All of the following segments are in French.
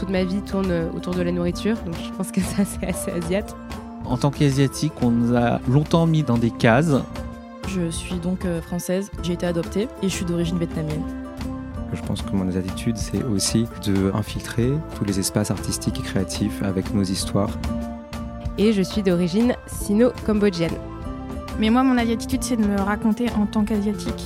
toute ma vie tourne autour de la nourriture, donc je pense que ça, c'est assez asiate. En tant qu'asiatique, on nous a longtemps mis dans des cases. Je suis donc française, j'ai été adoptée et je suis d'origine vietnamienne. Je pense que mon attitude, c'est aussi d'infiltrer tous les espaces artistiques et créatifs avec nos histoires. Et je suis d'origine sino-cambodgienne. Mais moi, mon attitude, c'est de me raconter en tant qu'asiatique.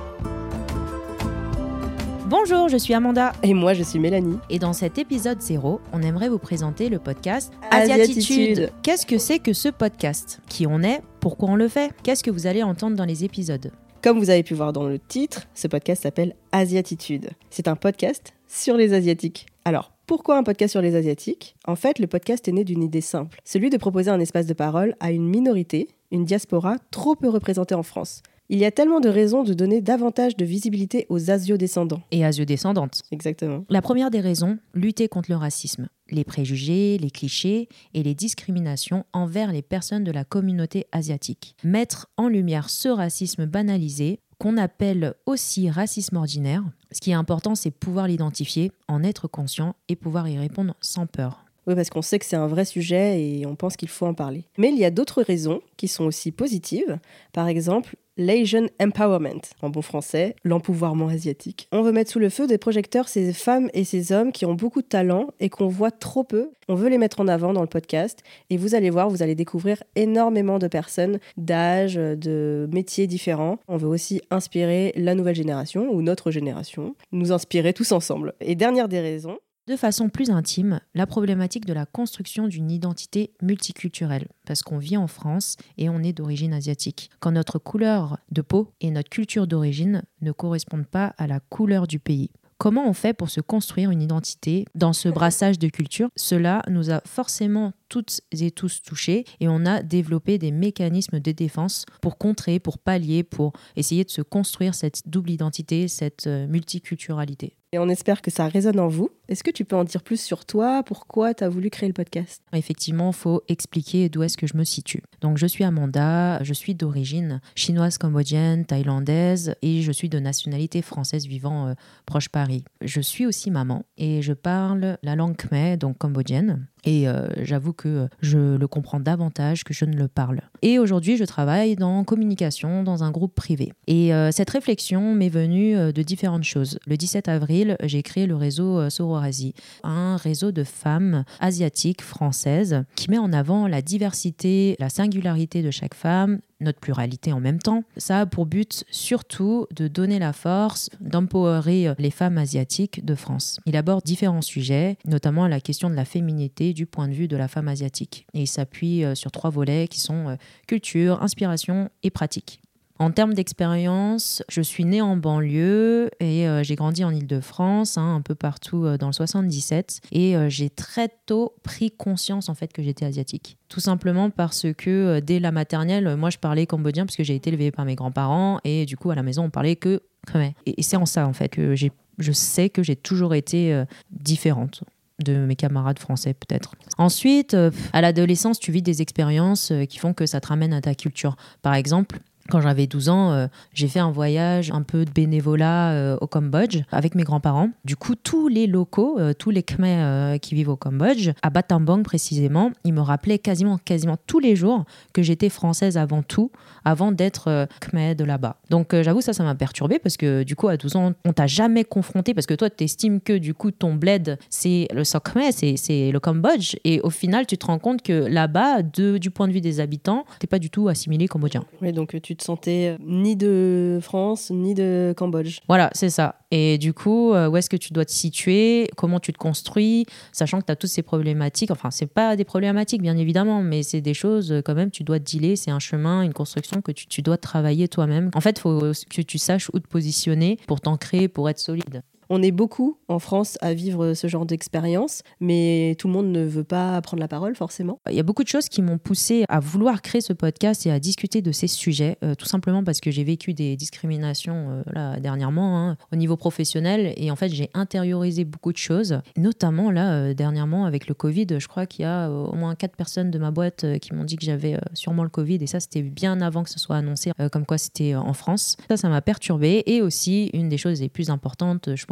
Bonjour, je suis Amanda. Et moi, je suis Mélanie. Et dans cet épisode 0, on aimerait vous présenter le podcast Asiatitude. Qu'est-ce que c'est que ce podcast ? Qui on est ? Pourquoi on le fait ? Qu'est-ce que vous allez entendre dans les épisodes ? Comme vous avez pu voir dans le titre, ce podcast s'appelle Asiatitude. C'est un podcast sur les Asiatiques. Alors, pourquoi un podcast sur les Asiatiques ? En fait, le podcast est né d'une idée simple, celui de proposer un espace de parole à une minorité, une diaspora trop peu représentée en France. Il y a tellement de raisons de donner davantage de visibilité aux asio-descendants. Et asio-descendantes. Exactement. La première des raisons, lutter contre le racisme, les préjugés, les clichés et les discriminations envers les personnes de la communauté asiatique. Mettre en lumière ce racisme banalisé, qu'on appelle aussi racisme ordinaire. Ce qui est important, c'est pouvoir l'identifier, en être conscient et pouvoir y répondre sans peur. Oui, parce qu'on sait que c'est un vrai sujet et on pense qu'il faut en parler. Mais il y a d'autres raisons qui sont aussi positives. Par exemple, l'Asian Empowerment, en bon français, l'empouvoirment asiatique. On veut mettre sous le feu des projecteurs ces femmes et ces hommes qui ont beaucoup de talent et qu'on voit trop peu. On veut les mettre en avant dans le podcast et vous allez voir, vous allez découvrir énormément de personnes d'âge, de métiers différents. On veut aussi inspirer la nouvelle génération ou notre génération, nous inspirer tous ensemble. Et dernière des raisons, de façon plus intime, la problématique de la construction d'une identité multiculturelle, parce qu'on vit en France et on est d'origine asiatique. Quand notre couleur de peau et notre culture d'origine ne correspondent pas à la couleur du pays. Comment on fait pour se construire une identité dans ce brassage de cultures ? Cela nous a forcément toutes et tous touchés et on a développé des mécanismes de défense pour contrer, pour pallier, pour essayer de se construire cette double identité, cette multiculturalité. Et on espère que ça résonne en vous. Est-ce que tu peux en dire plus sur toi ? Pourquoi tu as voulu créer le podcast ? Effectivement, il faut expliquer d'où est-ce que je me situe. Donc, je suis Amanda, je suis d'origine chinoise, cambodgienne, thaïlandaise et je suis de nationalité française vivant proche Paris. Je suis aussi maman et je parle la langue khmer, donc cambodgienne. Et j'avoue que je le comprends davantage que je ne le parle. Et aujourd'hui, je travaille dans communication dans un groupe privé. Et cette réflexion m'est venue de différentes choses. Le 17 avril, j'ai créé le réseau Sororasi, un réseau de femmes asiatiques françaises qui met en avant la diversité, la singularité de chaque femme, notre pluralité en même temps. Ça a pour but surtout de donner la force, d'empowerer les femmes asiatiques de France. Il aborde différents sujets, notamment la question de la féminité du point de vue de la femme asiatique. Et il s'appuie sur 3 volets qui sont culture, inspiration et pratique. En termes d'expérience, je suis née en banlieue et j'ai grandi en Île-de-France, un peu partout dans le 77. Et j'ai très tôt pris conscience en fait que j'étais asiatique. Tout simplement parce que dès la maternelle, moi je parlais cambodgien parce que j'ai été élevée par mes grands-parents et du coup à la maison on parlait que khmer. Et c'est en ça en fait que je sais que j'ai toujours été différente de mes camarades français peut-être. Ensuite, à l'adolescence, tu vis des expériences qui font que ça te ramène à ta culture. Par exemple, quand j'avais 12 ans, j'ai fait un voyage un peu de bénévolat au Cambodge avec mes grands-parents. Du coup, tous les locaux, tous les Khmers qui vivent au Cambodge, à Battambang précisément, ils me rappelaient quasiment tous les jours que j'étais française avant tout, avant d'être Khmer de là-bas. Donc j'avoue, ça m'a perturbée parce que du coup, à 12 ans, on t'a jamais confronté parce que toi, t'estimes que du coup, ton bled, c'est le Sok Khmer, c'est le Cambodge. Et au final, tu te rends compte que là-bas, du point de vue des habitants, t'es pas du tout assimilé cambodgien. Oui, donc tu te sentais ni de France, ni de Cambodge. Voilà, c'est ça. Et du coup, où est-ce que tu dois te situer ? Comment tu te construis ? Sachant que tu as toutes ces problématiques. Enfin, c'est pas des problématiques, bien évidemment, mais c'est des choses quand même, tu dois te dealer. C'est un chemin, une construction que tu dois travailler toi-même. En fait, il faut que tu saches où te positionner pour t'ancrer, pour être solide. On est beaucoup en France à vivre ce genre d'expérience, mais tout le monde ne veut pas prendre la parole forcément. Il y a beaucoup de choses qui m'ont poussée à vouloir créer ce podcast et à discuter de ces sujets, tout simplement parce que j'ai vécu des discriminations là, dernièrement au niveau professionnel et en fait j'ai intériorisé beaucoup de choses, notamment là dernièrement avec le Covid. Je crois qu'il y a au moins 4 personnes de ma boîte qui m'ont dit que j'avais sûrement le Covid et ça c'était bien avant que ce soit annoncé comme quoi c'était en France. Ça m'a perturbée et aussi une des choses les plus importantes, je pense,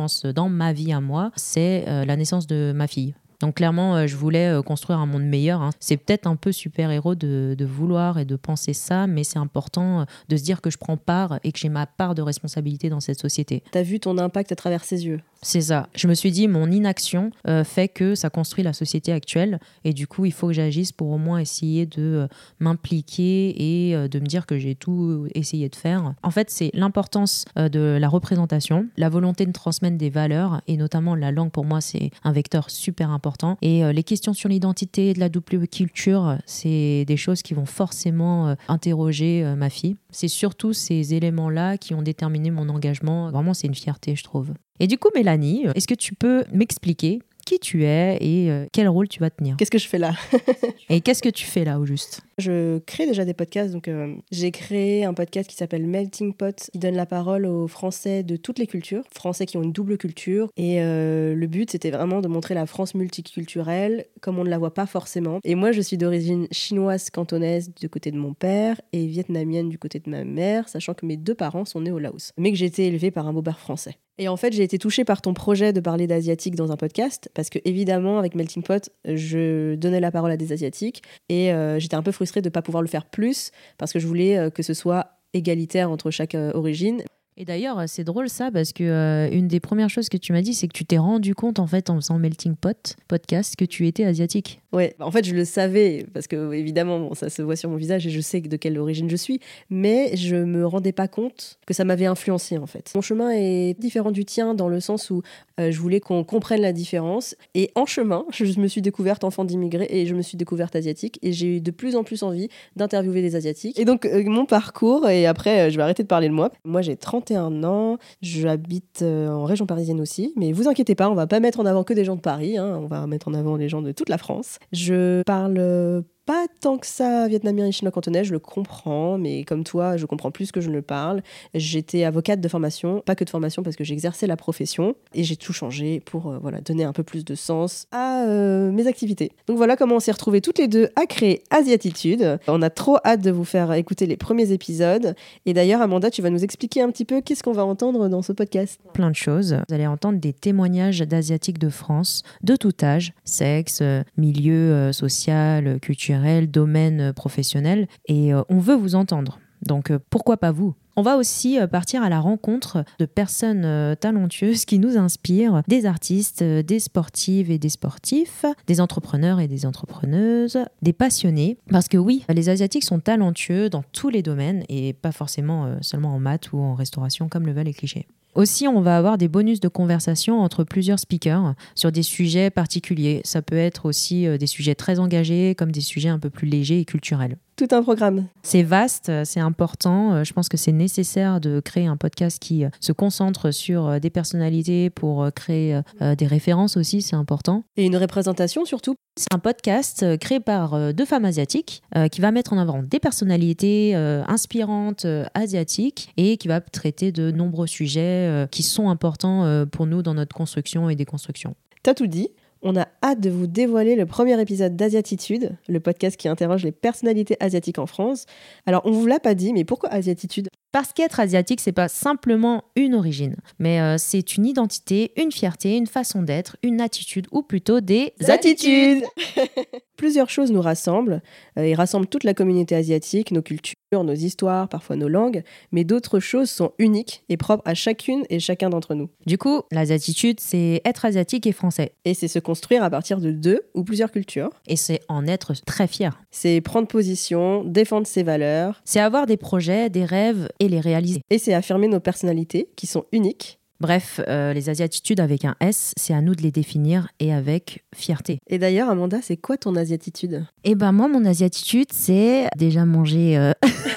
l'importance dans ma vie à moi, c'est la naissance de ma fille. Donc clairement, je voulais construire un monde meilleur. Hein. C'est peut-être un peu super-héros de vouloir et de penser ça, mais c'est important de se dire que je prends part et que j'ai ma part de responsabilité dans cette société. T'as vu ton impact à travers ses yeux. C'est ça. Je me suis dit, mon inaction fait que ça construit la société actuelle et du coup, il faut que j'agisse pour au moins essayer de m'impliquer et de me dire que j'ai tout essayé de faire. En fait, c'est l'importance de la représentation, la volonté de transmettre des valeurs et notamment la langue, pour moi, c'est un vecteur super important. Et les questions sur l'identité, de la double culture, c'est des choses qui vont forcément interroger ma fille. C'est surtout ces éléments-là qui ont déterminé mon engagement. Vraiment, c'est une fierté, je trouve. Et du coup, Mélanie, est-ce que tu peux m'expliquer qui tu es et quel rôle tu vas tenir? Qu'est-ce que je fais là? Et qu'est-ce que tu fais là, au juste? Je crée déjà des podcasts. Donc, j'ai créé un podcast qui s'appelle Melting Pot, qui donne la parole aux Français de toutes les cultures, Français qui ont une double culture. Et le but, c'était vraiment de montrer la France multiculturelle, comme on ne la voit pas forcément. Et moi, je suis d'origine chinoise cantonaise du côté de mon père et vietnamienne du côté de ma mère, sachant que mes 2 parents sont nés au Laos, mais que j'ai été élevée par un beau-père français. Et en fait, j'ai été touchée par ton projet de parler d'asiatique dans un podcast, parce que évidemment, avec Melting Pot, je donnais la parole à des asiatiques, et j'étais un peu frustrée de ne pas pouvoir le faire plus, parce que je voulais que ce soit égalitaire entre chaque origine. Et d'ailleurs, c'est drôle ça, parce que une des premières choses que tu m'as dit, c'est que tu t'es rendu compte, en fait, en faisant Melting Pot podcast, que tu étais asiatique. Ouais, en fait, je le savais, parce que évidemment, bon, ça se voit sur mon visage et je sais de quelle origine je suis, mais je me rendais pas compte que ça m'avait influencé, en fait. Mon chemin est différent du tien dans le sens où je voulais qu'on comprenne la différence. Et en chemin, je me suis découverte enfant d'immigrés et je me suis découverte asiatique. Et j'ai eu de plus en plus envie d'interviewer des Asiatiques. Et donc, mon parcours, et après, je vais arrêter de parler de moi. Moi, j'ai 31 ans, j'habite en région parisienne aussi. Mais vous inquiétez pas, on va pas mettre en avant que des gens de Paris, hein, on va mettre en avant les gens de toute la France. Je parle pas tant que ça vietnamien et chinois cantonais, je le comprends, mais comme toi, je comprends plus que je ne le parle. J'étais avocate de formation, pas que de formation parce que j'exerçais la profession et j'ai tout changé pour donner un peu plus de sens à mes activités. Donc voilà comment on s'est retrouvés toutes les deux à créer Asiatitude. On a trop hâte de vous faire écouter les premiers épisodes. Et d'ailleurs, Amanda, tu vas nous expliquer un petit peu qu'est-ce qu'on va entendre dans ce podcast. Plein de choses. Vous allez entendre des témoignages d'Asiatiques de France, de tout âge, sexe, milieu social, culturel, domaine professionnel, et on veut vous entendre. Donc pourquoi pas vous? On va aussi partir à la rencontre de personnes talentueuses qui nous inspirent, des artistes, des sportives et des sportifs, des entrepreneurs et des entrepreneuses, des passionnés. Parce que oui, les Asiatiques sont talentueux dans tous les domaines et pas forcément seulement en maths ou en restauration comme le veulent les clichés. Aussi, on va avoir des bonus de conversation entre plusieurs speakers sur des sujets particuliers. Ça peut être aussi des sujets très engagés comme des sujets un peu plus légers et culturels. Tout un programme. C'est vaste, c'est important. Je pense que c'est nécessaire de créer un podcast qui se concentre sur des personnalités pour créer des références aussi, c'est important. Et une représentation surtout. C'est un podcast créé par 2 femmes asiatiques qui va mettre en avant des personnalités inspirantes asiatiques et qui va traiter de nombreux sujets qui sont importants pour nous dans notre construction et déconstruction. T'as tout dit. On a hâte de vous dévoiler le premier épisode d'Asiatitude, le podcast qui interroge les personnalités asiatiques en France. Alors, on vous l'a pas dit, mais pourquoi Asiatitude ? Parce qu'être asiatique, c'est pas simplement une origine, mais c'est une identité, une fierté, une façon d'être, une attitude, ou plutôt des attitudes. Plusieurs choses nous rassemblent et rassemblent toute la communauté asiatique, nos cultures, nos histoires, parfois nos langues, mais d'autres choses sont uniques et propres à chacune et chacun d'entre nous. Du coup, l'asiatitude, c'est être asiatique et français. Et c'est se construire à partir de 2 ou plusieurs cultures. Et c'est en être très fier. C'est prendre position, défendre ses valeurs. C'est avoir des projets, des rêves et les réaliser. Et c'est affirmer nos personnalités qui sont uniques. Bref, les asiatitudes avec un S, c'est à nous de les définir et avec fierté. Et d'ailleurs, Amanda, c'est quoi ton asiatitude ? Eh ben moi, mon asiatitude, c'est déjà manger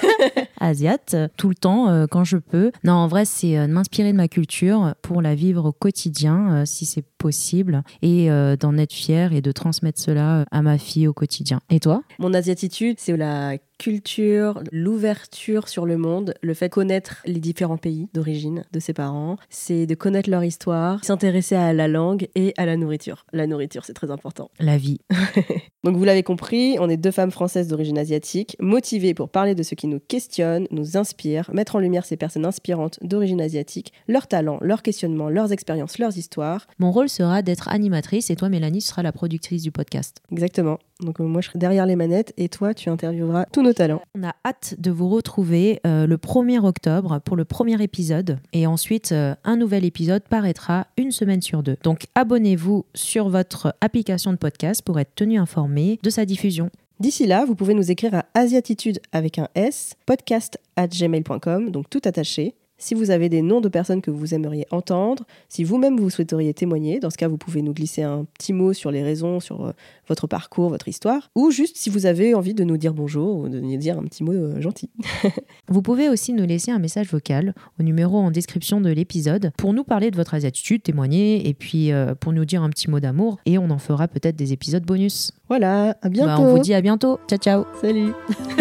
asiate tout le temps quand je peux. Non, en vrai, c'est de m'inspirer de ma culture pour la vivre au quotidien, si c'est possible, et d'en être fière et de transmettre cela à ma fille au quotidien. Et toi ? Mon asiatitude, c'est la culture, l'ouverture sur le monde, le fait de connaître les différents pays d'origine de ses parents, c'est de connaître leur histoire, s'intéresser à la langue et à la nourriture. La nourriture, c'est très important. La vie. Donc vous l'avez compris, on est 2 femmes françaises d'origine asiatique, motivées pour parler de ce qui nous questionne, nous inspire, mettre en lumière ces personnes inspirantes d'origine asiatique, leurs talents, leurs questionnements, leurs expériences, leurs histoires. Mon rôle sera d'être animatrice et toi, Mélanie, tu seras la productrice du podcast. Exactement. Donc moi, je serai derrière les manettes et toi, tu intervieweras tous nos talents. On a hâte de vous retrouver le 1er octobre pour le premier épisode. Et ensuite, un nouvel épisode paraîtra une semaine sur 2. Donc, abonnez-vous sur votre application de podcast pour être tenu informé de sa diffusion. D'ici là, vous pouvez nous écrire à asiatitude avec un S, podcast@gmail.com, donc tout attaché. Si vous avez des noms de personnes que vous aimeriez entendre, si vous-même vous souhaiteriez témoigner, dans ce cas, vous pouvez nous glisser un petit mot sur les raisons, sur votre parcours, votre histoire, ou juste si vous avez envie de nous dire bonjour ou de nous dire un petit mot gentil. Vous pouvez aussi nous laisser un message vocal au numéro en description de l'épisode pour nous parler de votre asiatitude, témoigner, et puis pour nous dire un petit mot d'amour, et on en fera peut-être des épisodes bonus. Voilà, à bientôt. On vous dit à bientôt. Ciao, ciao. Salut.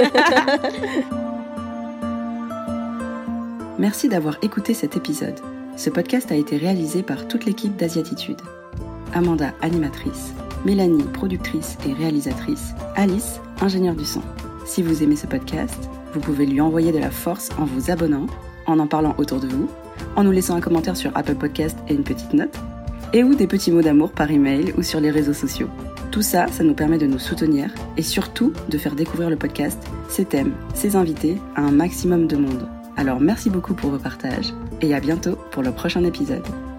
Merci d'avoir écouté cet épisode. Ce podcast a été réalisé par toute l'équipe d'Asiatitude. Amanda, animatrice, Mélanie, productrice et réalisatrice, Alice, ingénieure du son. Si vous aimez ce podcast, vous pouvez lui envoyer de la force en vous abonnant, en parlant autour de vous, en nous laissant un commentaire sur Apple Podcast et une petite note, et ou des petits mots d'amour par email ou sur les réseaux sociaux. Tout ça, ça nous permet de nous soutenir et surtout de faire découvrir le podcast, ses thèmes, ses invités à un maximum de monde. Alors merci beaucoup pour vos partages et à bientôt pour le prochain épisode.